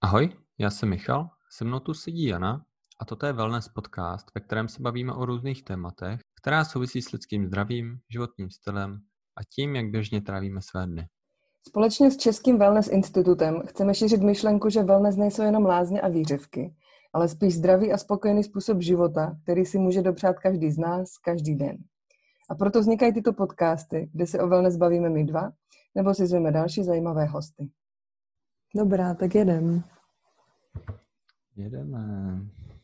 Ahoj, já jsem Michal, se mnou tu sedí Jana a toto je Wellness podcast, ve kterém se bavíme o různých tématech, která souvisí s lidským zdravím, životním stylem a tím, jak běžně trávíme své dny. Společně s Českým Wellness institutem chceme šířit myšlenku, že wellness nejsou jenom lázně a výřivky, ale spíš zdravý a spokojený způsob života, který si může dopřát každý z nás, každý den. A proto vznikají tyto podcasty, kde se o wellness bavíme my dva, nebo si zveme další zajímavé hosty. Dobrá, tak jedem. Jedeme.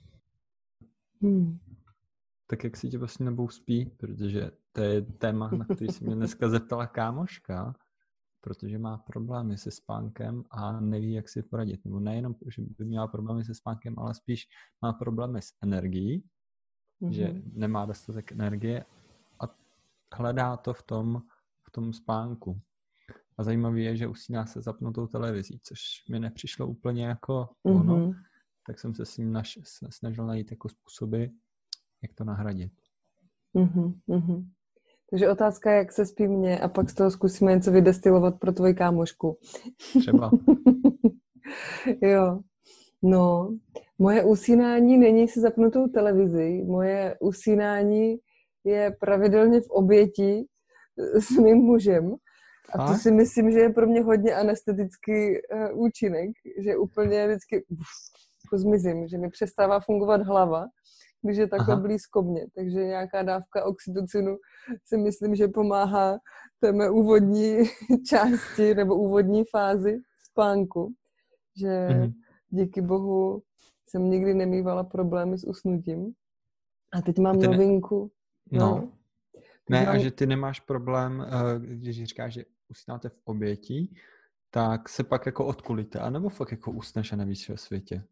Tak jak si tě vlastně nebou spí, protože to je téma, na který se mě dneska zeptala kámoška, protože má problémy se spánkem a neví, jak si poradit. Nebo nejenom, že by měla problémy se spánkem, ale spíš má problémy s energií, že nemá dostatek energie a hledá to v tom spánku. A zajímavé je, že usíná se zapnutou televizí, což mi nepřišlo úplně jako ono, tak jsem se s ním snažil najít jako způsoby, jak to nahradit. Takže otázka je, jak se spí mně a pak z toho zkusíme něco vydestilovat pro tvoji kámošku. Třeba. Jo. No, moje usínání není se zapnutou televizí. Moje usínání je pravidelně v oběti s mým mužem. A to si myslím, že je pro mě hodně anestetický účinek, že úplně vždycky jako zmizím, že mi přestává fungovat hlava, když je takhle blízko mě. Takže nějaká dávka oxytocinu si myslím, že pomáhá té mé úvodní části nebo úvodní fázi spánku. Že díky bohu jsem nikdy nemývala problémy s usnutím. A teď mám novinku. A že ty nemáš problém, když říkáš, že usínáte v obětí, tak se pak jako odkulíte, anebo fakt jako usneš a nevíš o světě?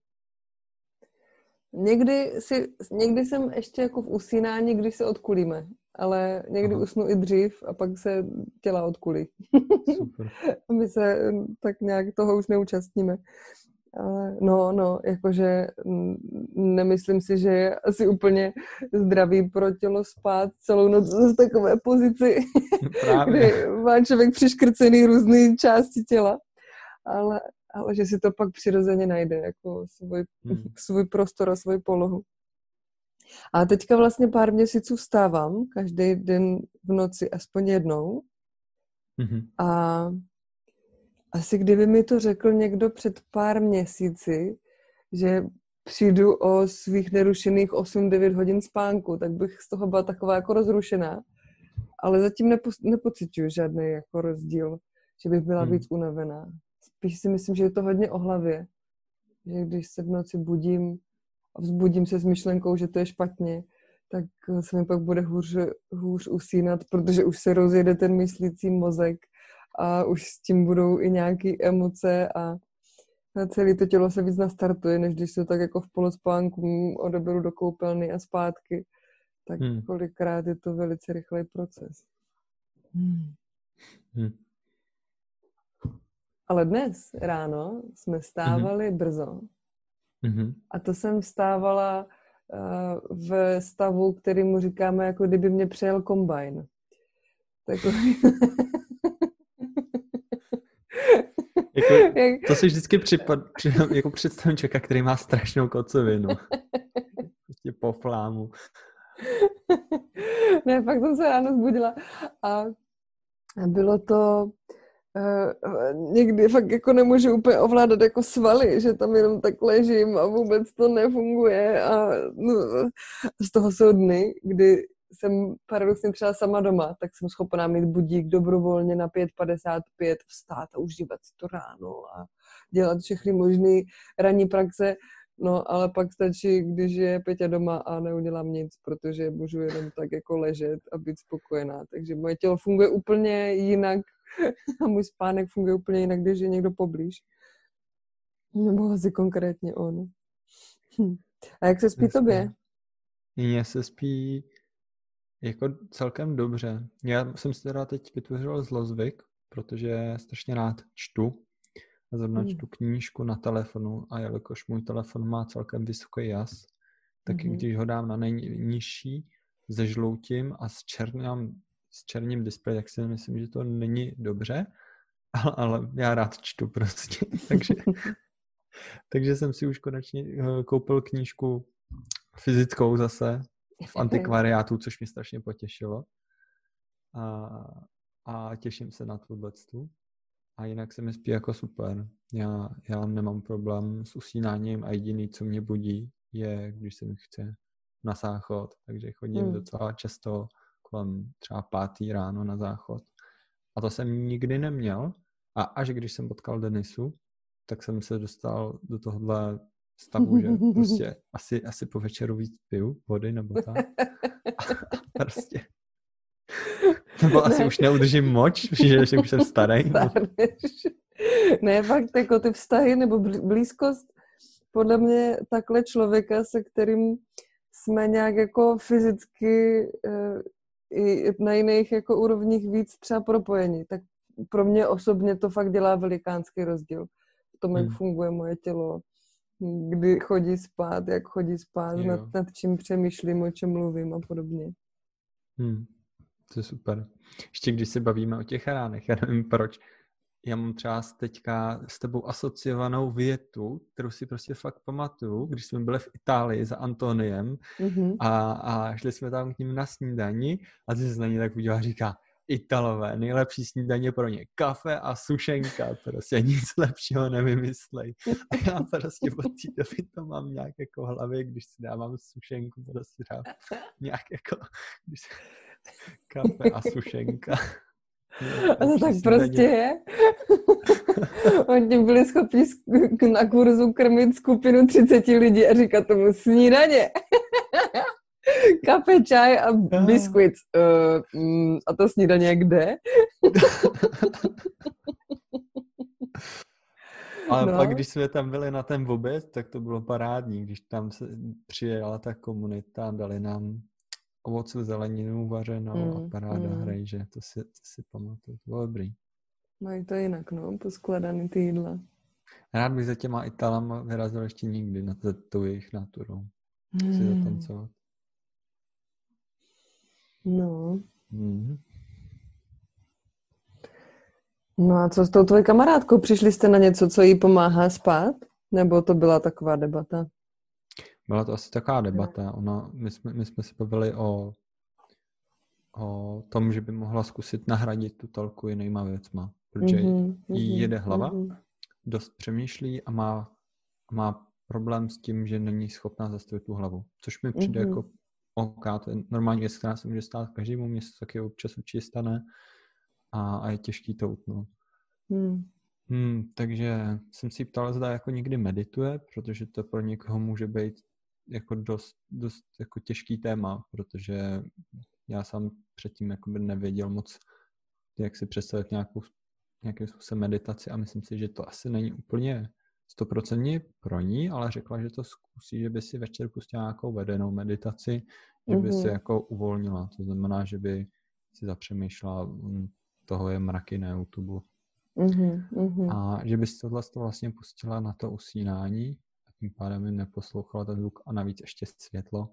Někdy jsem ještě jako v usínání, když se odkulíme, ale někdy usnu i dřív a pak se těla odkulí. Super. A my se tak nějak toho už neúčastníme. Ale jakože nemyslím si, že je asi úplně zdravý pro tělo spát celou noc v takové pozici, kdy má člověk přiškrcený různé části těla, ale že si to pak přirozeně najde, jako svůj prostor a svoji polohu. A teďka vlastně pár měsíců vstávám, každý den v noci aspoň jednou. A asi kdyby mi to řekl někdo před pár měsíci, že přijdu o svých nerušených 8-9 hodin spánku, tak bych z toho byla taková jako rozrušená. Ale zatím nepociťuji žádný jako rozdíl, že bych byla víc unavená. Spíš si myslím, že je to hodně o hlavě. Že když se v noci budím a vzbudím se s myšlenkou, že to je špatně, tak se mi pak bude hůř usínat, protože už se rozjede ten myslící mozek a už s tím budou i nějaké emoce a celé to tělo se víc nastartuje, než když se tak jako v polospánku odeberu do koupelny a zpátky. Tak kolikrát je to velice rychlej proces. Ale dnes ráno jsme vstávali brzo. A to jsem vstávala v stavu, kterýmu říkáme, jako kdyby mě přejel kombajn. To si vždycky jako představím člověka, který má strašnou kocovinu. Prostě po flámu. Ne, fakt jsem se ráno zbudila a bylo to někdy fakt jako nemůžu úplně ovládat jako svaly, že tam jenom tak ležím a vůbec to nefunguje a z toho jsou dny, kdy jsem paradoxně třeba sama doma, tak jsem schopná mít budík dobrovolně na 5:55, vstát a užívat si to ráno a dělat všechny možné ranní praxe, no ale pak stačí, když je Peťa doma a neudělám nic, protože můžu jenom tak jako ležet a být spokojená, takže moje tělo funguje úplně jinak a můj spánek funguje úplně jinak, když je někdo poblíž. Nebo asi konkrétně on. A jak se spí tobě? Mně se spí jako celkem dobře. Já jsem si teda teď vytvořil zlozvyk, protože strašně rád čtu. A zrovna čtu knížku na telefonu a jelikož můj telefon má celkem vysoký jas, tak když ho dám na nejnižší, zežloutím a s černým displejem, tak si myslím, že to není dobře, ale já rád čtu prostě. Takže Takže jsem si už konečně koupil knížku fyzickou zase v antikvariátu, což mě strašně potěšilo. A těším se na tu. A jinak se mi spí jako super. Já nemám problém s usínáním a jediný, co mě budí, je, když se mi chce na záchod. Takže chodím docela často kolem třeba 5. ráno na záchod. A to jsem nikdy neměl. A až když jsem potkal Denisu, tak jsem se dostal do tohohle stavu, že prostě asi po večeru víc piju vody nebo tak. A prostě nebo asi už neudržím moč, že už jsem starý. Ne, fakt jako ty vztahy nebo blízkost, podle mě takhle člověka, se kterým jsme nějak jako fyzicky i na jiných jako úrovních víc třeba propojeni, tak pro mě osobně to fakt dělá velikánský rozdíl v tom, jak funguje moje tělo, kdy chodí spát, jak chodí spát, nad čím přemýšlím, o čem mluvím a podobně. To je super. Ještě když se bavíme o těch ránech, já nevím proč, já mám třeba teďka s tebou asociovanou větu, kterou si prostě fakt pamatuju, když jsme byli v Itálii za Antoniem a šli jsme tam k ním na snídani a ty se na ně tak udělal a říká, Italové, nejlepší snídaně pro ně, kafe a sušenka, prostě nic lepšího nevymyslej. A já prostě od té doby to mám nějak jako v hlavě, když si dávám sušenku, prostě dám nějak jako, když kafe a sušenka. A to tak prostě je. Oni byli schopni na kurzu krmit skupinu 30 lidí a říkat tomu snídaně. Kafe, čaj a biskvit. A to snídaně kde? Ale pak, když jsme tam byli na ten oběd, tak to bylo parádní, když tam se přijela ta komunita, dali nám ovoce, zeleninu vařenou a paráda hrejže. To si pamatuju, to bylo dobrý. Mají to jinak, poskladaný ty jídla. Rád bych za těma Italama vyrazil ještě nikdy na tou jejich naturou. Chci zatancovat. No. No a co s tou tvojí kamarádkou? Přišli jste na něco, co jí pomáhá spát? Nebo to byla taková debata? Byla to asi taková debata. My jsme si bavili o tom, že by mohla zkusit nahradit tu telku jinýma věcma. Protože jí jede hlava, dost přemýšlí a má problém s tím, že není schopná zastavit tu hlavu. Což mi přijde jako OK, to je normální věc, která se může stát každému, mně se taky občas určitě stane a je těžký to utnout. Takže jsem si ptal, zda jako někdy medituje, protože to pro někoho může být jako dost jako těžký téma, protože já sám předtím jakoby nevěděl moc, jak si představit nějakým způsobem meditaci a myslím si, že to asi není úplně 100% pro ní, ale řekla, že to zkusí, že by si večer pustila nějakou vedenou meditaci, že by si jako uvolnila. To znamená, že by si zapřemýšlela, toho je mraky na YouTube. A že by si tohle vlastně pustila na to usínání a tím pádem by neposlouchala ten zvuk a navíc ještě světlo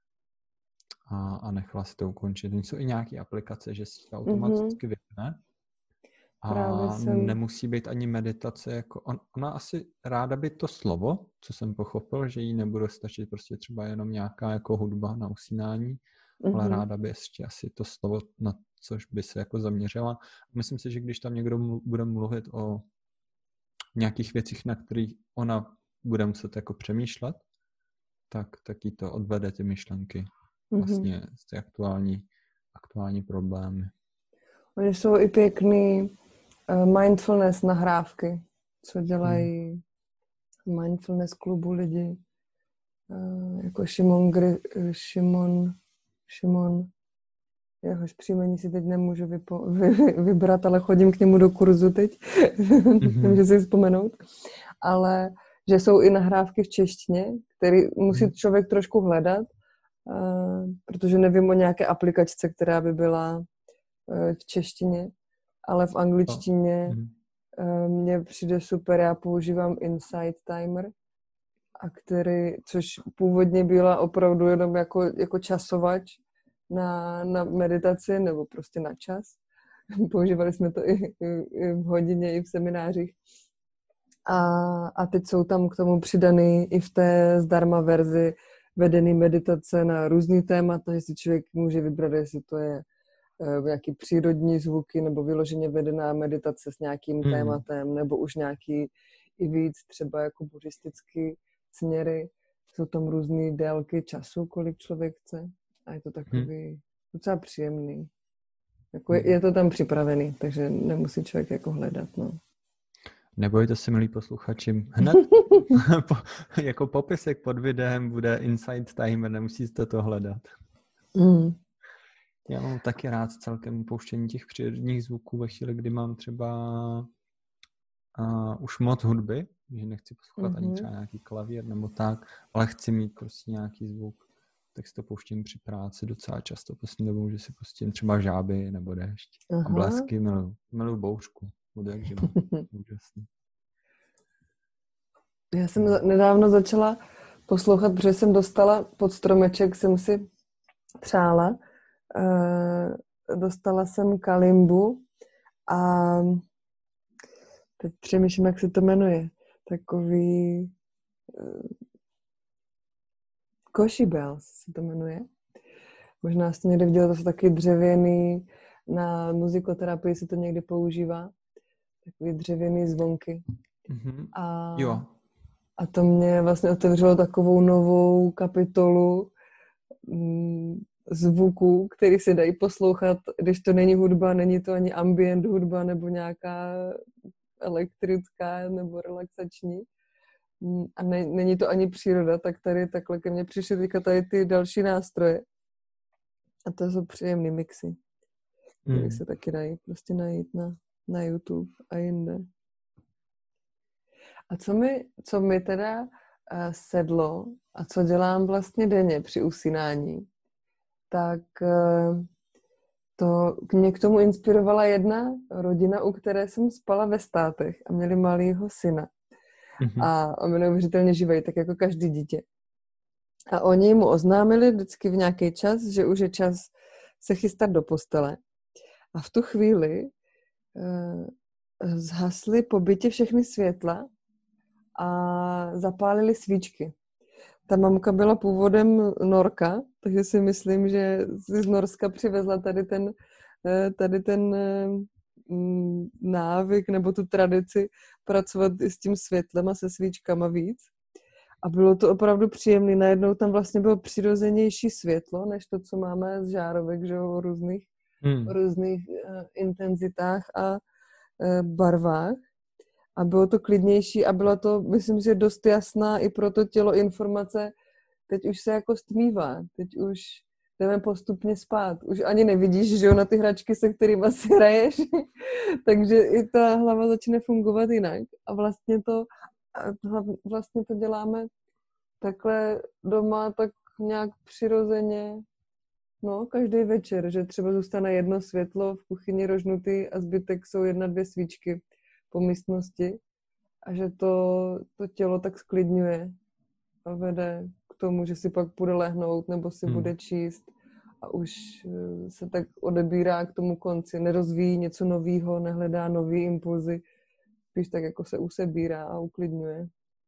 a nechala si to ukončit. Jsou i nějaké aplikace, že si to automaticky vypne a nemusí být ani meditace. Jako ona asi ráda by to slovo, co jsem pochopil, že jí nebude stačit prostě třeba jenom nějaká jako hudba na usínání, ale ráda by ještě asi to slovo, na což by se jako zaměřila. Myslím si, že když tam někdo bude mluvit o nějakých věcích, na kterých ona bude muset jako přemýšlet, tak jí to odvede ty myšlenky vlastně z ty aktuální problémy. Oni jsou i pěkný mindfulness nahrávky, co dělají mindfulness klubu lidi. Jako Šimon, jehož příjmení si teď nemůžu vybrat, ale chodím k němu do kurzu teď, nemůžu si vzpomenout. Ale že jsou i nahrávky v češtině, které musí člověk trošku hledat, protože nevím o nějaké aplikačce, která by byla v češtině, ale v angličtině mně přijde super, já používám Insight Timer, což původně byla opravdu jenom jako časovač na meditaci nebo prostě na čas. Používali jsme to i v hodině, i v seminářích. A teď jsou tam k tomu přidaný i v té zdarma verzi vedený meditace na různý témata, že si člověk může vybrat, jestli to je nějaký přírodní zvuky nebo vyloženě vedená meditace s nějakým tématem, nebo už nějaký i víc třeba jako buddhistický směry. Jsou tam různé délky času, kolik člověk chce. A je to takový docela příjemný. Jako je to tam připravený, takže nemusí člověk jako hledat, no. Nebojte se, milí posluchači, hned jako popisek pod videem bude Insight Timer, nemusíte to hledat. Já mám taky rád celkem pouštění těch přírodních zvuků ve chvíli, kdy mám třeba už moc hudby, že nechci poslouchat ani třeba nějaký klavír nebo tak, ale chci mít prostě nějaký zvuk, tak si to pouštím při práci docela často poslední dobou, že si pustím třeba žáby nebo déšť. A blesky miluju bouřku. Budu jak živa. Úžasný. Já jsem nedávno začala poslouchat, protože jsem dostala pod stromeček, jsem si přála. Dostala jsem kalimbu a teď přemýšlím, jak se to jmenuje. Takový košibel se to jmenuje. Možná jste někdy viděli, to jsou taky dřevěný, na muzikoterapii se to někdy používá. Takový dřevěný zvonky. Jo. A to mě vlastně otevřelo takovou novou kapitolu zvuků, který se dají poslouchat, když to není hudba, není to ani ambient hudba nebo nějaká elektrická nebo relaxační. A není to ani příroda, tak tady takhle ke mně přišly teďka tady ty další nástroje. A to jsou příjemný mixy, které se taky dají prostě najít na YouTube a jinde. A co mi teda sedlo a co dělám vlastně denně při usínání, tak to mě k tomu inspirovala jedna rodina, u které jsem spala ve Státech a měli malýho syna. A on je neuvěřitelně živej, tak jako každý dítě. A oni mu oznámili vždycky v nějaký čas, že už je čas se chystat do postele. A v tu chvíli zhasly po bytě všechny světla a zapálili svíčky. Ta mamka byla původem Norka, takže si myslím, že si z Norska přivezla tady ten návyk nebo tu tradici pracovat s tím světlem a se svíčkama víc. A bylo to opravdu příjemné. Najednou tam vlastně bylo přirozenější světlo, než to, co máme z žárovek, že o různých intenzitách a barvách. A bylo to klidnější a byla to, myslím, že dost jasná i pro to tělo informace. Teď už se jako stmívá, teď už jdeme postupně spát. Už ani nevidíš, že jo, na ty hračky, se kterými si hraješ. Takže i ta hlava začne fungovat jinak. A vlastně to děláme takhle doma tak nějak přirozeně, no, každý večer, že třeba zůstane jedno světlo v kuchyni rožnutý a zbytek jsou 1-2 svíčky po místnosti a že to tělo tak sklidňuje a vede k tomu, že si pak bude lehnout nebo si bude číst a už se tak odebírá k tomu konci, nerozvíjí něco novýho, nehledá nový impulzy, spíš tak jako se usebírá a uklidňuje.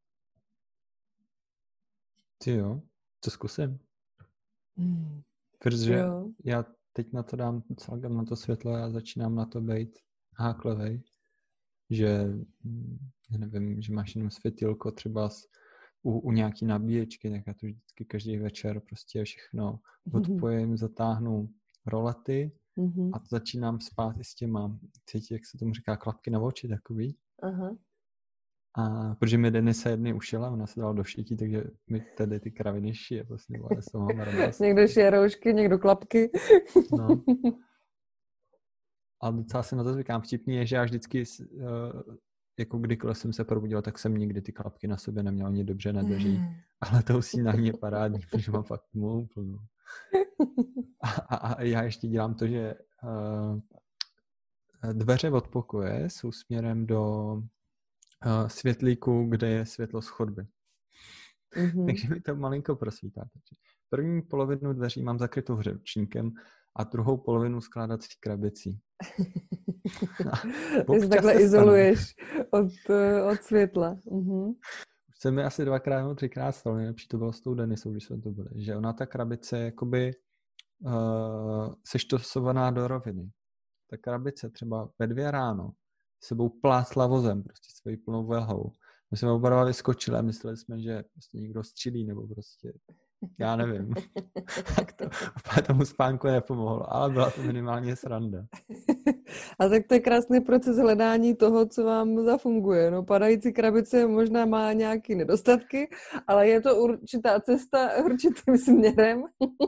Ty jo, to zkusím. Protože já teď na to dám celkem na to světlo a začínám na to být háklevej, že nevím, že máš jenom světilko třeba u nějaký nabíječky, tak já to vždycky každý večer prostě všechno odpojím, zatáhnu rolety a začínám spát i s těma, cítí, jak se tomu říká, klapky na oči takový. Aha. A protože mi Denise jedny ušila, ona se dala do šití, takže mi tady ty kraviny šije, vlastně, ale z toho mám radost. Někdo šije roušky, někdo klapky. No. A docela se na to zvykám. Vtipný je, že já vždycky, jako kdykoliv jsem se probudil, tak jsem nikdy ty klapky na sobě neměl, ani dobře nedrží. Ale to usínání je parádní, protože mám fakt tmu plnou. A já ještě dělám to, že dveře od pokoje jsou směrem do světlíku, kde je světlo z chodby. Takže mi to malinko prosvítá. První polovinu dveří mám zakrytou hřebčníkem a druhou polovinu skládací krabicí. Ty se takhle izoluješ od světla. Už se mi asi 2krát nebo 3krát stalo, nejlepší to bylo s tou Denisou, když jsme to byli, že ona ta krabice je jakoby seštosovaná do roviny. Ta krabice třeba ve 2 ráno sebou plácla vozem, prostě svojí plnou velhou. My jsme oba dva vyskočili a mysleli jsme, že prostě někdo střílí, nebo prostě, já nevím. Tak to úplně tomu spánku nepomohlo, ale byla to minimálně sranda. A tak to je krásný proces hledání toho, co vám zafunguje. No, padající krabice možná má nějaké nedostatky, ale je to určitá cesta určitým směrem.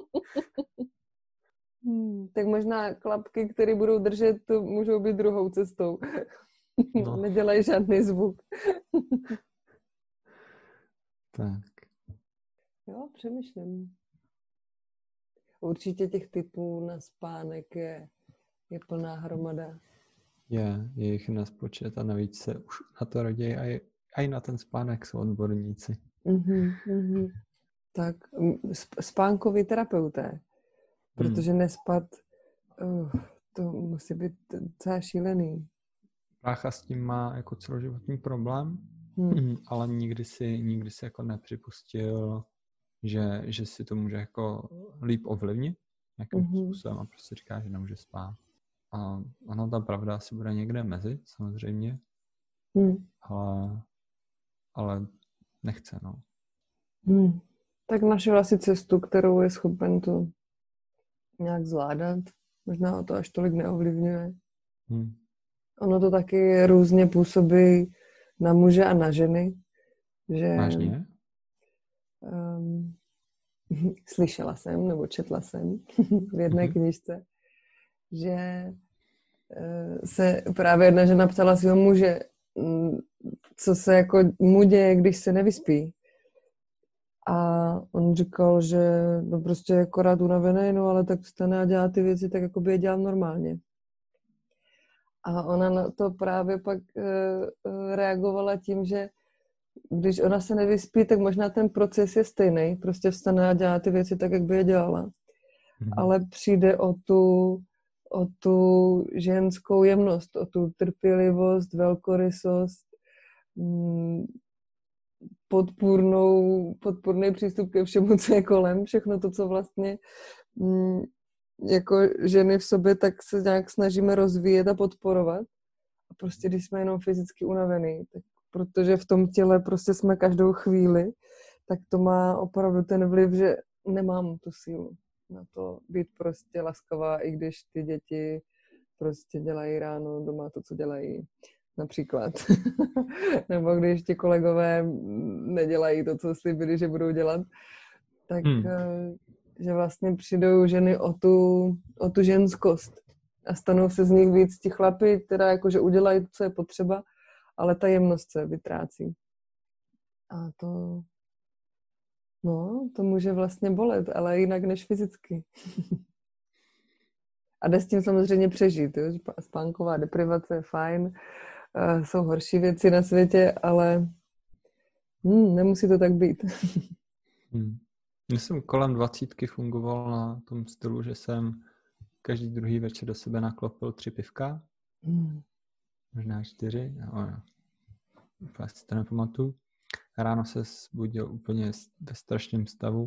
Tak možná klapky, které budou držet, to můžou být druhou cestou. No. Nedělají žádný zvuk. Tak. Jo, přemýšlím. Určitě těch typů na spánek je plná hromada. Je jich nespočet a navíc se už na to raději a i na ten spánek jsou odborníci. Tak spánkoví terapeuté, protože nespat, to musí být docela šílený. Brácha s tím má jako celoživotní problém, ale nikdy si jako nepřipustil, že si to může jako líp ovlivnit nějakým způsobem a prostě říká, že nemůže spát. A ono ta pravda asi bude někde mezi, samozřejmě, ale nechce, no. Tak našel asi cestu, kterou je schopen to nějak zvládat. Možná ho to až tolik neovlivňuje. Ono to taky různě působí na muže a na ženy. Že, vážně? Slyšela jsem, nebo četla jsem v jedné knižce, že se právě jedna žena ptala svého muže, co se jako mu děje, když se nevyspí. A on říkal, že no prostě je akorát unavený, no ale tak vstane a dělá ty věci tak, jako by je dělal normálně. A ona na to právě pak reagovala tím, že když ona se nevyspí, tak možná ten proces je stejný. Prostě vstane a dělá ty věci tak, jak by je dělala. Ale přijde o tu ženskou jemnost, o tu trpělivost, velkorysost, podpůrný přístup ke všemu, co je kolem, všechno to, co vlastně jako ženy v sobě, tak se nějak snažíme rozvíjet a podporovat. A prostě když jsme jenom fyzicky unavený, tak protože v tom těle prostě jsme každou chvíli, tak to má opravdu ten vliv, že nemám tu sílu na to být prostě laskavá, i když ty děti prostě dělají ráno doma to, co dělají. Například. Nebo když ti kolegové nedělají to, co slíbili, že budou dělat, tak že vlastně přijdou ženy o tu ženskost a stanou se z nich víc ti chlapi, teda jakože udělají to, co je potřeba, ale ta jemnost se vytrácí. A to může vlastně bolet, ale jinak než fyzicky. A jde s tím samozřejmě přežít. Jo? Spánková deprivace je fajn, jsou horší věci na světě, ale nemusí to tak být. Já jsem kolem 20 fungoval na tom stylu, že jsem každý druhý večer do sebe naklopil 3 pivka, možná 4, úplně si to nepamatuju. Ráno se zbudil úplně ve strašném stavu,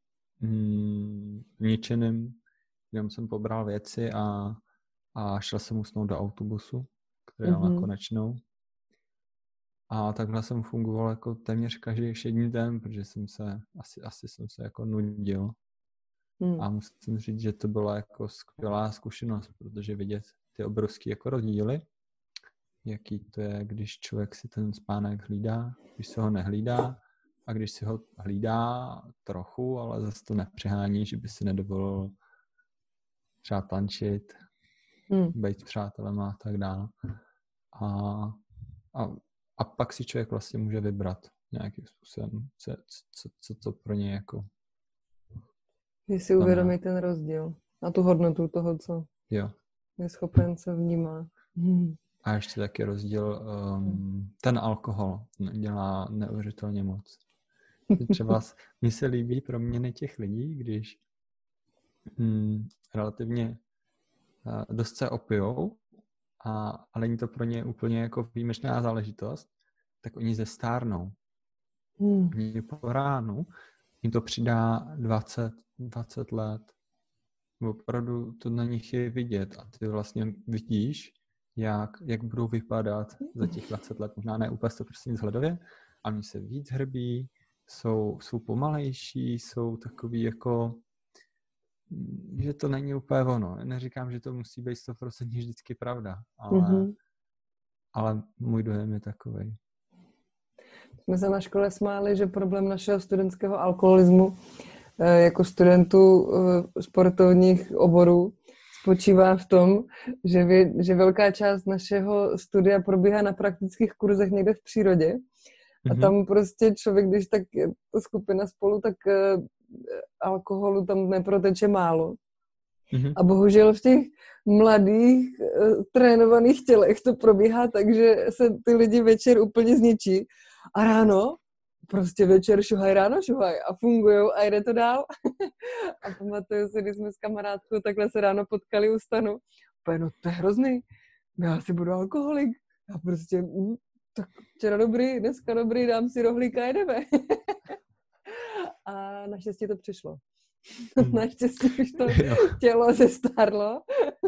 ničeným, kde jsem pobral věci a šel jsem usnout do autobusu, který jel na Konečnou. A takhle jsem fungoval jako téměř každý všední den, protože jsem se, asi jsem se jako nudil. A musím říct, že to byla jako skvělá zkušenost, protože vidět ty obrovský jako rozdíly, jaký to je, když člověk si ten spánek hlídá, když se ho nehlídá a když si ho hlídá trochu, ale zase to nepřehání, že by si nedovolil třeba tančit, být s přátelema a tak dále. A pak si člověk vlastně může vybrat nějakým způsobem, co to pro ně jako... Že si uvědomí ten rozdíl a tu hodnotu toho, co je schopen se vnímat. A ještě taky rozdíl, ten alkohol dělá neuvěřitelně moc. Třeba mně se líbí proměny těch lidí, když relativně dost se opijou, ale není to pro ně úplně jako výjimečná záležitost, tak oni zestárnou. Oni po ránu jim to přidá 20 let. Opravdu to na nich je vidět a ty vlastně vidíš, jak budou vypadat za těch 20 let. Možná ne úplně 100% vzhledově, a oni se víc hrbí, jsou pomalejší, jsou takový jako, že to není úplně ono. Neříkám, že to musí být 100% vždycky pravda, ale můj dojem je takovej. Jsme se na škole smáli, že problém našeho studentského alkoholismu jako studentů sportovních oborů spočívá v tom, že velká část našeho studia probíhá na praktických kurzech někde v přírodě. A tam prostě člověk, když tak je to skupina spolu, tak alkoholu tam neproteče málo. A bohužel v těch mladých, trénovaných tělech to probíhá tak, že se ty lidi večer úplně zničí a ráno prostě večer šuhaj, ráno šuhaj a fungujou a jde to dál. A pamatuju si, když jsme s kamarádkou takhle se ráno potkali u stanu. No to je hrozný, já asi budu alkoholik. A prostě, tak včera dobrý, dneska dobrý, dám si rohlíka a jedeme. A naštěstí to přišlo. Naštěstí už to tělo zestárlo.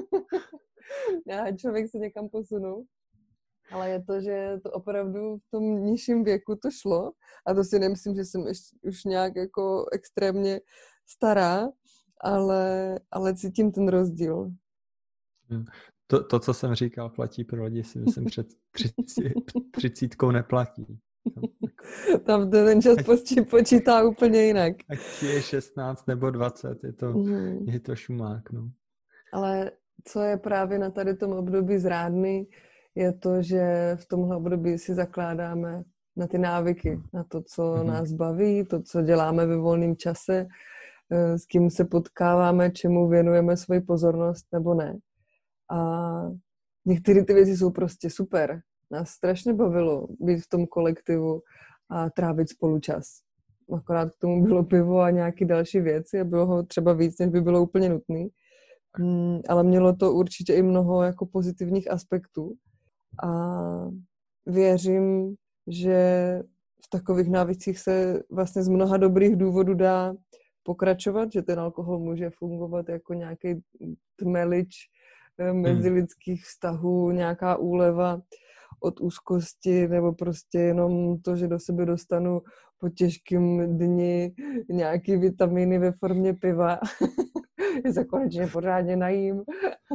A člověk se někam posunul. Ale je to, že to opravdu v tom nižším věku to šlo. A to si nemyslím, že jsem už nějak jako extrémně stará, ale cítím ten rozdíl. To, co jsem říkal, platí pro lidi, si myslím, před 30 neplatí. Tam ten čas počítá úplně jinak. Ať je 16 nebo 20, je to šumák. No. Ale co je právě na tady tom období zrádný, je to, že v tomhle období si zakládáme na ty návyky, na to, co nás baví, to, co děláme ve volném čase, s kým se potkáváme, čemu věnujeme svoji pozornost nebo ne. A některé ty věci jsou prostě super. Nás strašně bavilo být v tom kolektivu a trávit spolu čas. Akorát k tomu bylo pivo a nějaké další věci a bylo ho třeba víc, než by bylo úplně nutné. Ale mělo to určitě i mnoho jako pozitivních aspektů. A věřím, že v takových návycích se vlastně z mnoha dobrých důvodů dá pokračovat, že ten alkohol může fungovat jako nějaký tmelič mezilidských vztahů, nějaká úleva od úzkosti, nebo prostě jenom to, že do sebe dostanu po těžkém dni nějaký vitamíny ve formě piva. Že se konečně pořádně najím.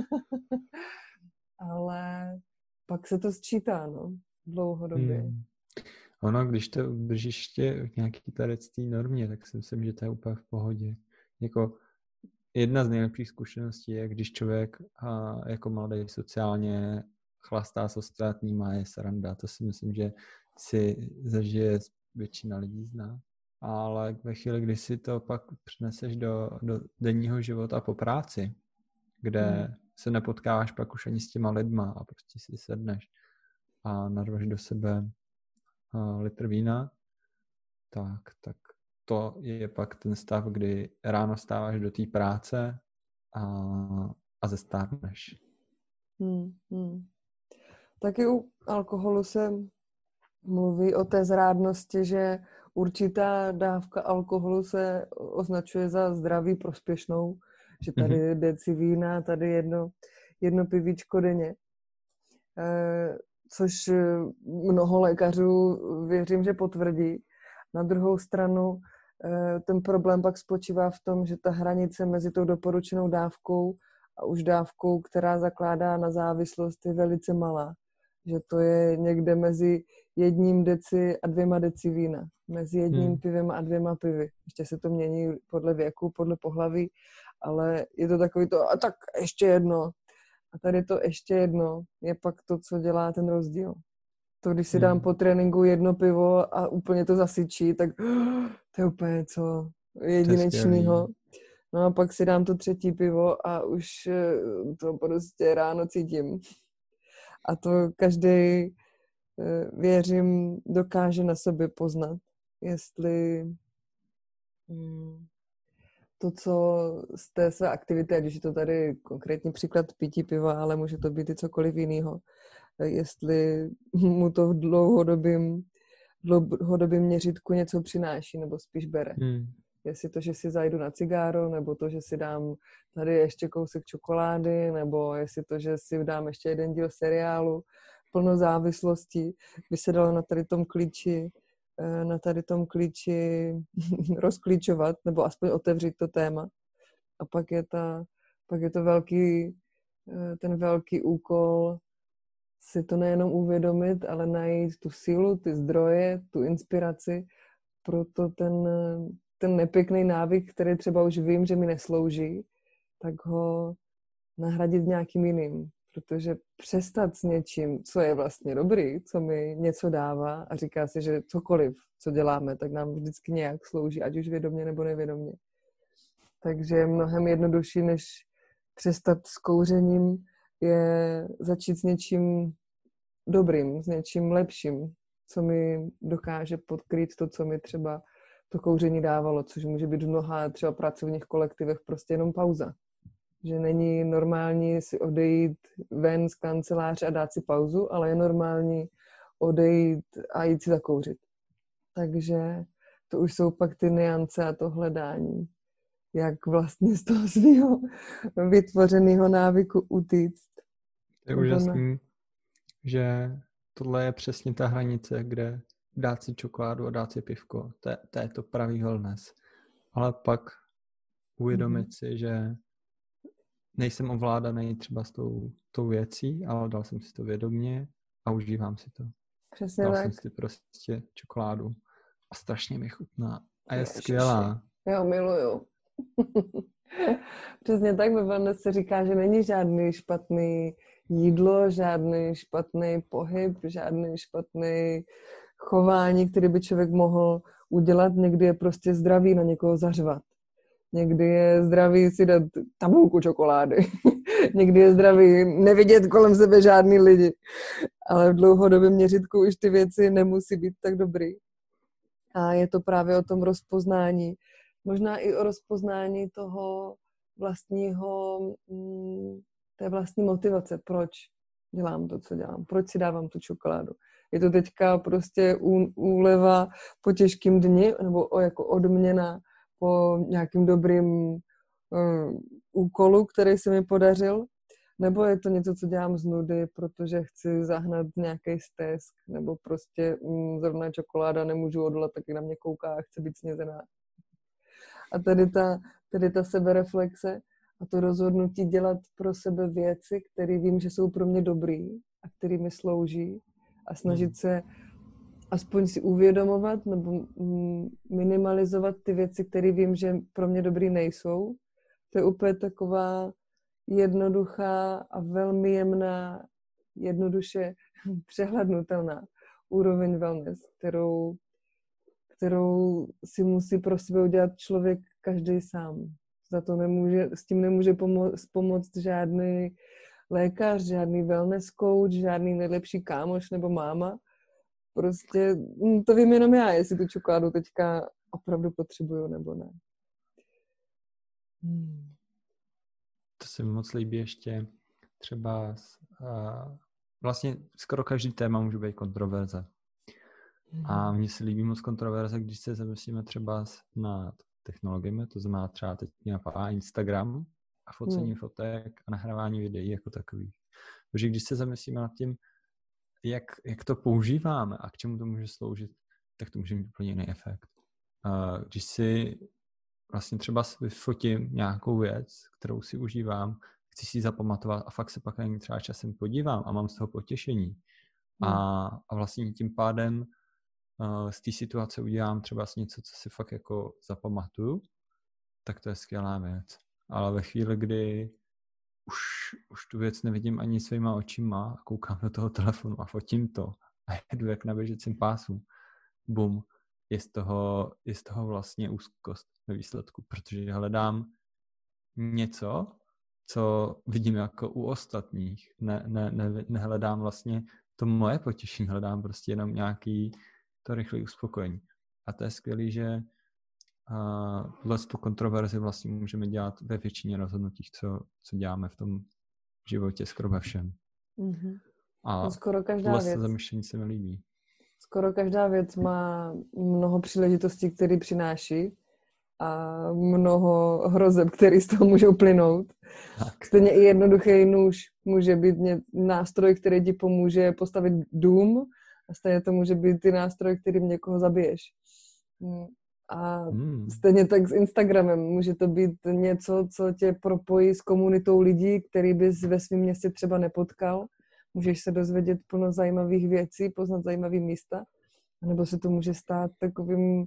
Ale pak se to sčítá, no, dlouhodobě. Ono, když to držíš v nějaký té normě, tak si myslím, že to je úplně v pohodě. Jako jedna z nejlepších zkušeností je, když člověk jako mladý sociálně chlastá s ostatníma, je sranda. To si myslím, že si zažije většina lidí zná. Ale ve chvíli, kdy si to pak přineseš do denního života po práci, kde se nepotkáváš pak už ani s těma lidma a prostě si sedneš a narveš do sebe litr vína, tak to je pak ten stav, kdy ráno stáváš do té práce a zestárneš. Taky u alkoholu se mluví o té zrádnosti, že určitá dávka alkoholu se označuje za zdraví prospěšnou, že tady deci vína, tady jedno pivíčko denně. Což mnoho lékařů věřím, že potvrdí. Na druhou stranu ten problém pak spočívá v tom, že ta hranice mezi tou doporučenou dávkou a už dávkou, která zakládá na závislost, je velice malá. Že to je někde mezi 1 deci a 2 deci vína. Mezi 1 pivem a 2 pivy. Ještě se to mění podle věku, podle pohlaví, ale je to takový to, a tak ještě jedno. A tady to ještě jedno je pak to, co dělá ten rozdíl. To, když si dám po tréninku 1 pivo a úplně to zasyčí, tak to je úplně něco jedinečného. No a pak si dám to 3. pivo a už to prostě ráno cítím. A to každý, věřím, dokáže na sobě poznat, jestli to, co z té své aktivity, ať už je to tady konkrétní příklad pití piva, ale může to být i cokoliv jiného, jestli mu to v dlouhodobém měřítku něco přináší, nebo spíš bere. Jestli to, že si zajdu na cigáro, nebo to, že si dám tady ještě kousek čokolády, nebo jestli to, že si dám ještě jeden díl seriálu, plno závislostí, by se dalo na tady tom klíči rozklíčovat, nebo aspoň otevřít to téma. A pak je to ten velký úkol si to nejenom uvědomit, ale najít tu sílu, ty zdroje, tu inspiraci, proto ten nepěkný návyk, který třeba už vím, že mi neslouží, tak ho nahradit nějakým jiným. Protože přestat s něčím, co je vlastně dobrý, co mi něco dává a říká si, že cokoliv, co děláme, tak nám vždycky nějak slouží, ať už vědomě nebo nevědomě. Takže je mnohem jednodušší, než přestat s kouřením, je začít s něčím dobrým, s něčím lepším, co mi dokáže podkrýt to, co mi třeba to kouření dávalo, což může být v mnoha třeba pracovních kolektivech prostě jenom pauza. Že není normální si odejít ven z kanceláře a dát si pauzu, ale je normální odejít a jít si zakouřit. Takže to už jsou pak ty nuance a to hledání, jak vlastně z toho svého vytvořeného návyku utíct. To je úžasný, že tohle je přesně ta hranice, kde dát si čokoládu a dát si pivko. To je to pravý wellness. Ale pak uvědomit si, že nejsem ovládaný třeba s tou věcí, ale dal jsem si to vědomě a užívám si to. Přesně dal tak. jsem si prostě čokoládu a strašně mi chutná. A je skvělá. Jo, miluju. Přesně tak, ve wellness se říká, že není žádný špatný jídlo, žádný špatný pohyb, žádný špatný chování, který by člověk mohl udělat. Někdy je prostě zdravý na někoho zařvat. Někdy je zdravý si dát tabulku čokolády. Někdy je zdravý nevidět kolem sebe žádný lidi. Ale v dlouhodobém měřítku už ty věci nemusí být tak dobrý. A je to právě o tom rozpoznání. Možná i o rozpoznání toho vlastního, té vlastní motivace. Proč dělám to, co dělám? Proč si dávám tu čokoládu? Je to teďka prostě úleva po těžkém dni, nebo jako odměna po nějakým dobrým úkolu, který se mi podařil, nebo je to něco, co dělám z nudy, protože chci zahnat nějaký stesk, nebo prostě zrovna čokoláda nemůžu odolat, taky na mě kouká a chce být snězená. A tady ta sebereflexe a to rozhodnutí dělat pro sebe věci, které vím, že jsou pro mě dobrý a které mi slouží a snažit se aspoň si uvědomovat nebo minimalizovat ty věci, které vím, že pro mě dobrý nejsou. To je úplně taková jednoduchá a velmi jemná, jednoduše přehlednutelná úroveň wellness, kterou si musí pro sebe udělat člověk každý sám. S tím nemůže pomoct žádný lékař, žádný wellness coach, žádný nejlepší kámoš nebo máma. Prostě to vím jenom já, jestli tu čokoládu teďka opravdu potřebuju nebo ne. To se mi moc líbí ještě třeba vlastně skoro každý téma může být kontroverze. A mně se líbí moc kontroverze, když se zamyslíme třeba nad technologiemi, to znamená třeba teď mě napadá Instagram a focení fotek a nahrávání videí jako takových. Takže když se zamyslíme nad tím, jak to používáme a k čemu to může sloužit, tak to může mít úplně jiný efekt. Když si vlastně třeba vyfotím nějakou věc, kterou si užívám, chci si ji zapamatovat a fakt se pak na ní třeba časem podívám a mám z toho potěšení. A vlastně tím pádem z té situace udělám třeba něco, co si fakt jako zapamatuju, tak to je skvělá věc. Ale ve chvíli, kdy už tu věc nevidím ani svýma očima a koukám do toho telefonu a fotím to a jedu jak na běžecím pásu, bum, je z toho vlastně úzkost ve výsledku, protože hledám něco, co vidím jako u ostatních. Nehledám vlastně to moje potěšení, hledám prostě jenom nějaký to rychlé uspokojení. A to je skvělý, že tu kontroverzi vlastně můžeme dělat ve většině rozhodnutí, co děláme v tom životě, skoro ve všem. Mm-hmm. A no skoro každá tohle věc. zamyšlení se mi líbí. Skoro každá věc má mnoho příležitostí, které přináší a mnoho hrozeb, které z toho můžou plynout. Tak. Stejně i jednoduchý nůž může být nástroj, který ti pomůže postavit dům a stejně to může být i nástroj, kterým někoho zabiješ. A stejně tak s Instagramem. Může to být něco, co tě propojí s komunitou lidí, který bys ve svém městě třeba nepotkal. Můžeš se dozvědět plno zajímavých věcí, poznat zajímavý místa. Nebo se to může stát takovým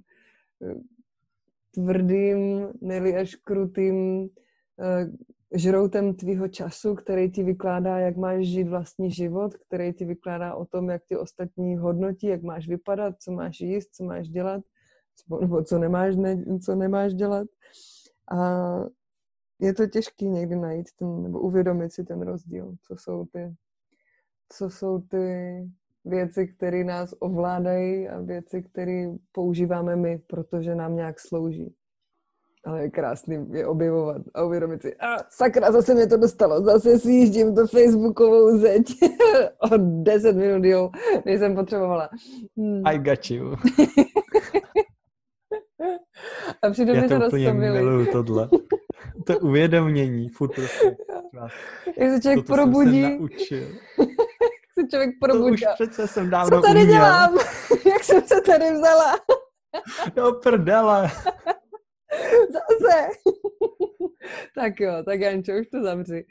tvrdým, ne-li až krutým žroutem tvýho času, který ti vykládá, jak máš žít vlastní život, který ti vykládá o tom, jak ti ostatní hodnotí, jak máš vypadat, co máš jíst, co máš dělat, nebo co nemáš dělat. A je to těžké někdy najít nebo uvědomit si ten rozdíl, co jsou ty věci, které nás ovládají a věci, které používáme my, protože nám nějak slouží. Ale je krásný je objevovat a uvědomit si, sakra, zase mě to dostalo, zase si jíždím tu facebookovou zeď o 10 minut díl, než jsem potřebovala. I got you. A přitom já mi to úplně miluju tohle. To uvědomění, furt prostě. Jak se člověk probudí. Jsem naučil. Se člověk probudí. To už přece jsem dávno co tady uměl. dělám? Jak jsem se tady vzala? Do prdele. Zase. Tak jo, tak Jančo, už to zavři.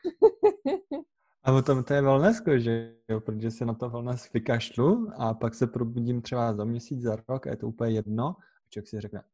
A potom to je wellnessko, že jo, protože se na to wellness vykašlu a pak se probudím třeba za měsíc, za rok a je to úplně jedno. A člověk si řekne,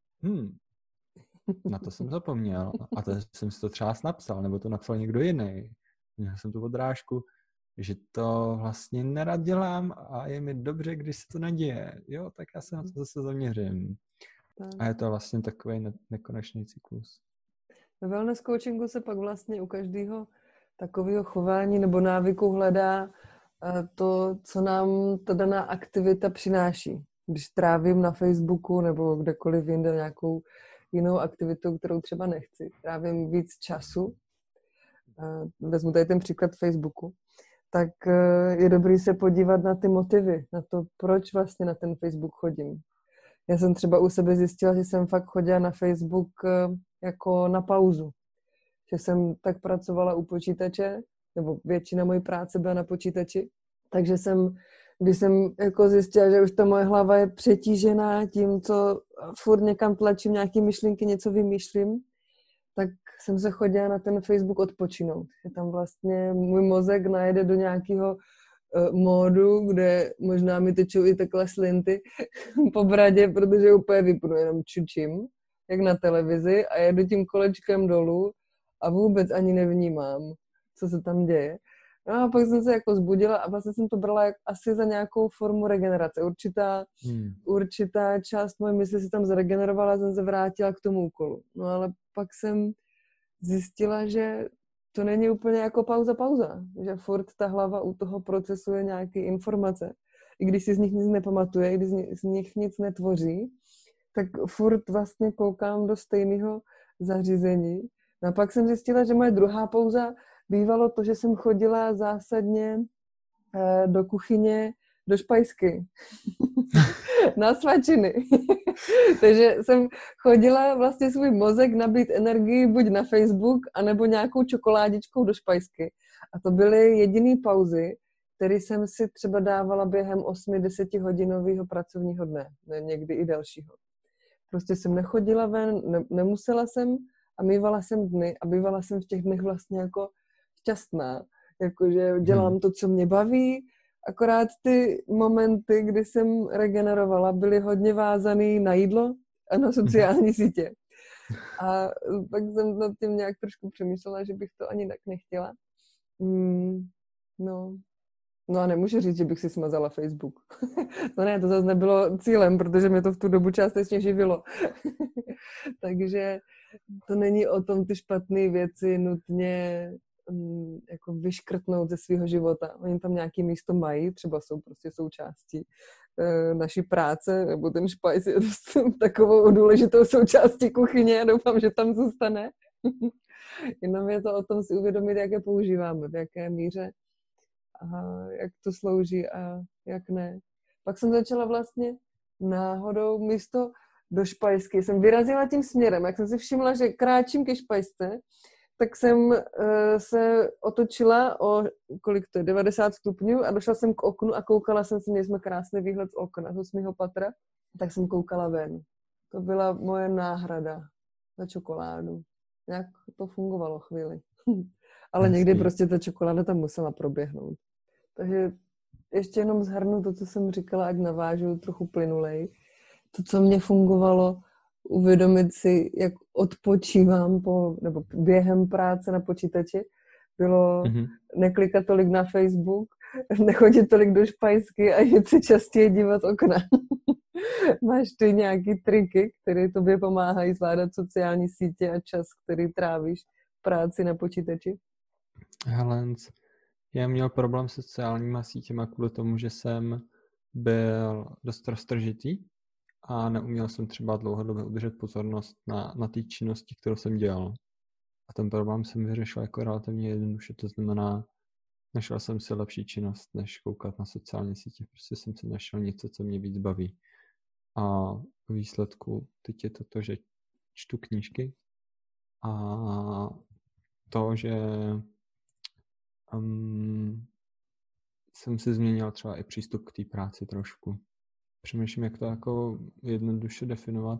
na to jsem zapomněl a to jsem si to třeba napsal, nebo to napsal někdo jiný. Měl jsem tu odrážku, že to vlastně nerad dělám a je mi dobře, když se to neděje. Jo, tak já se na to zase zaměřím. Tak. A je to vlastně takový nekonečný cyklus. Ve wellness coachingu se pak vlastně u každého takového chování nebo návyku hledá to, co nám ta daná aktivita přináší. Když trávím na Facebooku nebo kdekoliv jinde nějakou jinou aktivitou, kterou třeba nechci, trávím víc času, vezmu tady ten příklad Facebooku, tak je dobrý se podívat na ty motivy, na to, proč vlastně na ten Facebook chodím. Já jsem třeba u sebe zjistila, že jsem fakt chodila na Facebook jako na pauzu. Že jsem tak pracovala u počítače, nebo většina mojí práce byla na počítači, takže když jsem jako zjistila, že už ta moje hlava je přetížená tím, co furt někam tlačím, nějaké myšlenky, něco vymýšlím, tak jsem se chodila na ten Facebook odpočinout. Je tam vlastně můj mozek najede do nějakého módu, kde možná mi tečou i takhle slinty po bradě, protože úplně vypnu, jenom čučím, jak na televizi a jedu tím kolečkem dolů a vůbec ani nevnímám, co se tam děje. No a pak jsem se jako zbudila a vlastně jsem to brala asi za nějakou formu regenerace. Určitá část moje mysli se tam zregenerovala a jsem se vrátila k tomu úkolu. No ale pak jsem zjistila, že to není úplně jako pauza, že furt ta hlava u toho procesuje nějaké informace. I když si z nich nic nepamatuje, i když z nich nic netvoří, tak furt vlastně koukám do stejného zařízení. No a pak jsem zjistila, že moje druhá pauza bývalo to, že jsem chodila zásadně do kuchyně, do špajsky. Na svačiny. Takže jsem chodila vlastně svůj mozek nabít energii buď na Facebook, anebo nějakou čokoládičkou do špajsky. A to byly jediné pauzy, které jsem si třeba dávala během 8-10 hodinového pracovního dne. Někdy i delšího. Prostě jsem nechodila ven, nemusela jsem a mývala jsem dny a bývala jsem v těch dnech vlastně jako šťastná. Jakože dělám to, co mě baví, akorát ty momenty, kdy jsem regenerovala, byly hodně vázaný na jídlo a na sociální sítě. A pak jsem nad tím nějak trošku přemýšlela, že bych to ani tak nechtěla. No a nemůžu říct, že bych si smazala Facebook. To ne, to zase nebylo cílem, protože mě to v tu dobu částečně živilo. Takže to není o tom ty špatné věci nutně jako vyškrtnout ze svého života. Oni tam nějaký místo mají, třeba jsou prostě součástí naší práce, nebo ten špajs je takovou důležitou součástí kuchyně a doufám, že tam zůstane. Jenom je to o tom si uvědomit, jak je používáme, v jaké míře a jak to slouží a jak ne. Pak jsem začala vlastně náhodou místo do špajsky. Jsem vyrazila tím směrem, jak jsem si všimla, že kráčím ke špajsce, tak jsem se otočila o, kolik to je, 90 stupňů a došla jsem k oknu a koukala jsem si, měli jsme krásný výhled z okna, z 8. patra, tak jsem koukala ven. To byla moje náhrada za čokoládu. Jak to fungovalo chvíli. Ale někdy prostě ta čokoláda tam musela proběhnout. Takže ještě jenom shrnu to, co jsem říkala, ať navážu trochu plynulej. To, co mě fungovalo, uvědomit si, jak odpočívám nebo během práce na počítači, bylo neklikat tolik na Facebook, nechodit tolik do špajsky a jít se častěji dívat okna. Máš ty nějaký triky, které tobě pomáhají zvládat sociální sítě a čas, který trávíš v práci na počítači? Helens, já měl problém s sociálníma sítěma kvůli tomu, že jsem byl dost roztržitý a neuměl jsem třeba dlouhodobě udržet pozornost na té činnosti, kterou jsem dělal. A ten problém jsem vyřešil jako relativně jednoduše, to znamená, našel jsem si lepší činnost, než koukat na sociální sítě. Prostě jsem si našel něco, co mě víc baví. A v výsledku teď je to, že čtu knížky a to, že jsem si změnil třeba i přístup k té práci trošku. Přemýšlím, jak to jako jednoduše definovat.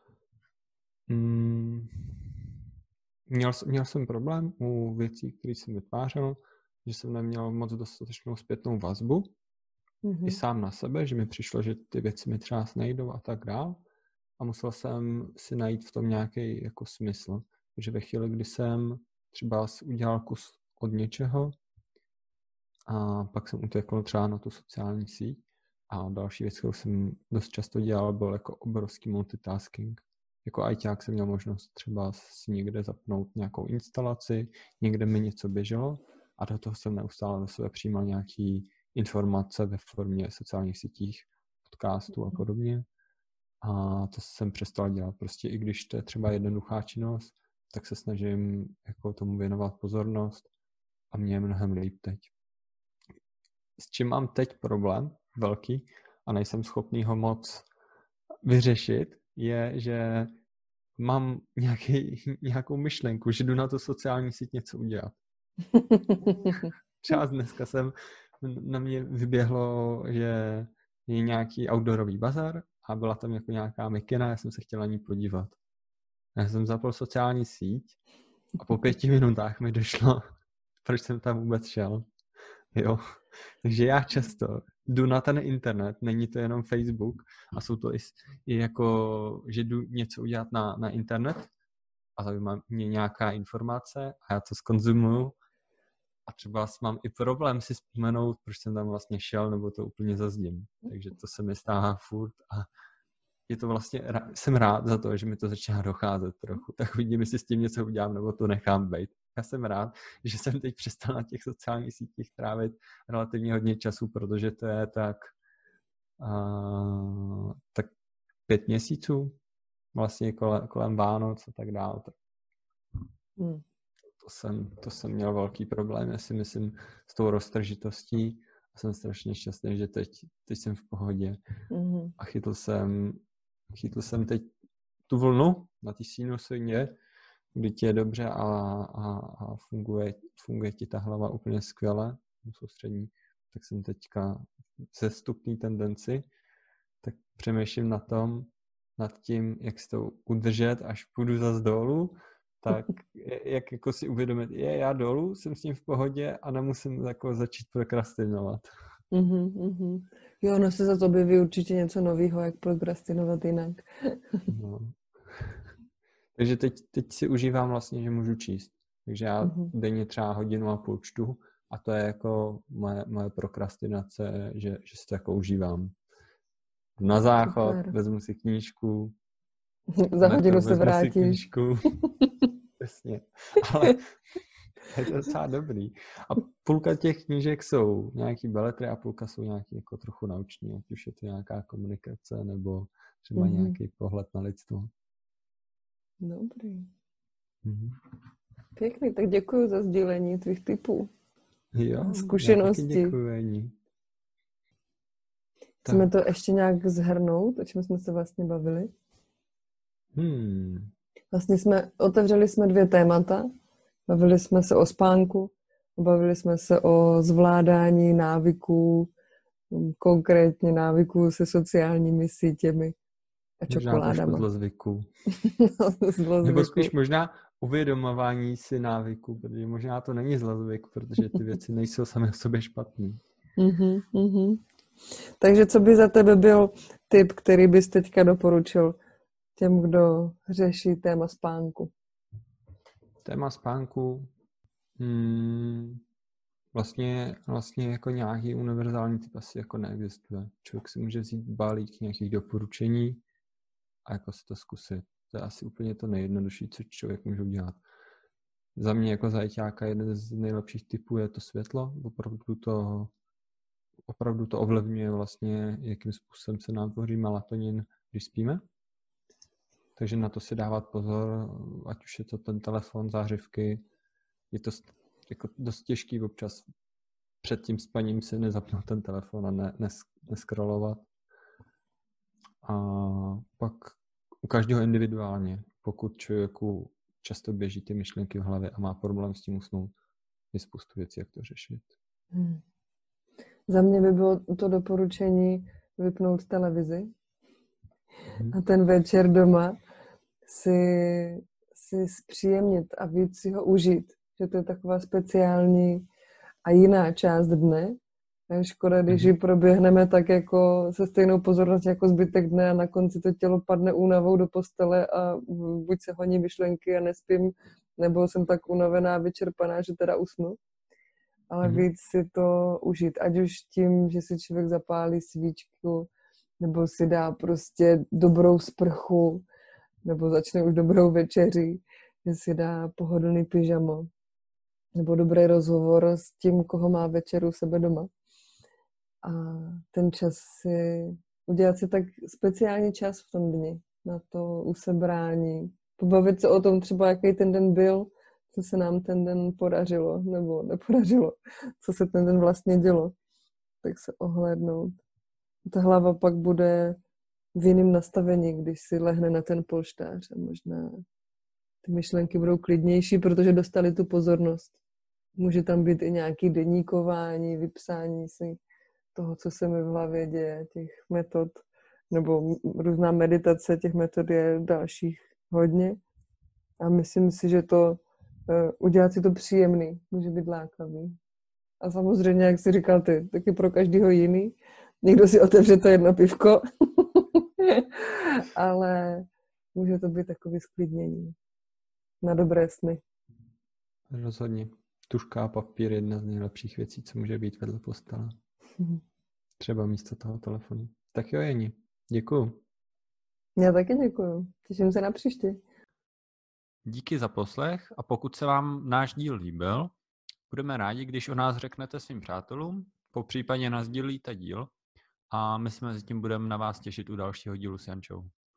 Měl jsem problém u věcí, které jsem vytvářel, že jsem neměl moc dostatečnou zpětnou vazbu i sám na sebe, že mi přišlo, že ty věci mi třeba nejdou a tak dál. A musel jsem si najít v tom nějaký jako smysl. Takže ve chvíli, kdy jsem třeba udělal kus od něčeho a pak jsem utekl třeba na tu sociální síť a další věc, kterou jsem dost často dělal, byl jako obrovský multitasking. Jako ajťák jsem měl možnost třeba si někde zapnout nějakou instalaci, někde mi něco běželo a do toho jsem neustále do sebe přijímal nějaký informace ve formě sociálních sítích, podcastů a podobně. A to jsem přestal dělat. Prostě i když to je třeba jednoduchá činnost, tak se snažím jako tomu věnovat pozornost a mně je mnohem líp teď. S čím mám teď problém velký a nejsem schopný ho moc vyřešit, je, že mám nějakou myšlenku, že jdu na tu sociální síť něco udělat. Třeba dneska na mě vyběhlo, že je nějaký outdoorový bazar a byla tam jako nějaká mikina, já jsem se chtěla na ní podívat. Já jsem zapl sociální síť a po 5 minutách mi došlo, proč jsem tam vůbec šel. Jo. Takže já často jdu na ten internet, není to jenom Facebook a jsou to i jako, že jdu něco udělat na internet a zajímá mě nějaká informace a já to zkonzumuju a třeba mám i problém si vzpomenout, proč jsem tam vlastně šel, nebo to úplně zazdím. Takže to se mi stává furt a je to vlastně, jsem rád za to, že mi to začíná docházet trochu. Tak vidím, jestli s tím něco udělám, nebo to nechám být. Já jsem rád, že jsem teď přestal na těch sociálních sítích trávit relativně hodně času, protože to je tak 5 měsíců, vlastně kolem Vánoc a tak dále. To jsem měl velký problém, já si myslím, s tou roztržitostí a jsem strašně šťastný, že teď jsem v pohodě. A chytl jsem teď tu vlnu na té sinusině, kdy ti je dobře a funguje ti ta hlava úplně skvěle, soustřední, tak jsem teďka v stupné tendenci, tak přemýšlím nad tím, jak si to udržet, až půjdu zas dolů, tak jak jako si uvědomit, já dolů, jsem s tím v pohodě a nemusím jako začít prokrastinovat. Jo, ono se za to objeví určitě něco nového, jak prokrastinovat jinak. No. Takže teď si užívám vlastně, že můžu číst. Takže já denně třeba 1,5 hodiny čtu a to je jako moje prokrastinace, že si to jako užívám. Na záchod, vezmu si knížku. Za hodinu se vrátíš. Přesně. Je to docela dobrý. A půlka těch knížek jsou nějaký beletry a půlka jsou nějaký jako trochu nauční, ať už je to nějaká komunikace nebo třeba nějaký pohled na lidstvo. Dobrý. Mhm. Pěkný, tak děkuji za sdílení tvých tipů. Jo, Zkušenosti. Já taky děkuji, Eni. Chceme to ještě nějak zhrnout, o čem jsme se vlastně bavili? Vlastně otevřeli jsme 2 témata. Bavili jsme se o spánku, bavili jsme se o zvládání návyků, konkrétně návyků se sociálními sítěmi a čokoládama. Zlozvyků. Nebo spíš možná uvědomování si návyků, protože možná to není zlozvyk, protože ty věci nejsou sami o sobě špatný. Takže co by za tebe byl tip, který bys teďka doporučil těm, kdo řeší téma spánku? Téma spánku vlastně jako nějaký univerzální typ asi jako neexistuje. Člověk si může vzít balík nějakých doporučení a jako si to zkusit. To je asi úplně to nejjednodušší, co člověk může udělat. Za mě jako zajťáka jeden z nejlepších typů je to světlo. Opravdu to ovlivňuje vlastně, jakým způsobem se nám tvoří melatonin, když spíme. Takže na to si dávat pozor, ať už je to ten telefon, zářivky. Je to jako dost těžký občas před tím spaním si nezapnout ten telefon a neskrolovat. A pak u každého individuálně, pokud člověku často běží ty myšlenky v hlavě a má problém s tím usnout, je spoustu věcí, jak to řešit. Za mě by bylo to doporučení vypnout televizi a ten večer doma si zpříjemnit a víc si ho užít. Že to je taková speciální a jiná část dne. A škoda, když ji proběhneme tak jako se stejnou pozorností jako zbytek dne a na konci to tělo padne únavou do postele a buď se honí myšlenky a nespím, nebo jsem tak unavená, vyčerpaná, že teda usnu. Ale víc si to užít. Ať už tím, že si člověk zapálí svíčku, nebo si dá prostě dobrou sprchu, nebo začne už dobrou večeří, že si dá pohodlný pyžamo, nebo dobrý rozhovor s tím, koho má večeru u sebe doma. A ten čas udělat si tak speciální čas v tom dni, na to usebrání, pobavit se o tom třeba, jaký ten den byl, co se nám ten den podařilo, nebo nepodařilo, co se ten den vlastně dělo, tak se ohlédnout. Ta hlava pak bude v jiném nastavení, když si lehne na ten polštář a možná ty myšlenky budou klidnější, protože dostali tu pozornost. Může tam být i nějaké deníkování, vypsání si toho, co se mi v hlavě děje, těch metod, nebo různá meditace, těch metod je dalších hodně. A myslím si, že to udělat si to příjemný, může být lákavý. A samozřejmě, jak jsi říkal ty, taky pro každého jiný. Někdo si otevře to jedno pivko, ale může to být takový sklidnění na dobré sny. Rozhodně. Tužka a papír je jedna z nejlepších věcí, co může být vedle postele. Třeba místo toho telefonu. Tak jo, Jeni. Děkuju. Já taky děkuju. Těším se na příště. Díky za poslech a pokud se vám náš díl líbil, budeme rádi, když o nás řeknete svým přátelům, popřípadě nasdílíte díl a my se mezi tím budeme na vás těšit u dalšího dílu s Jančou.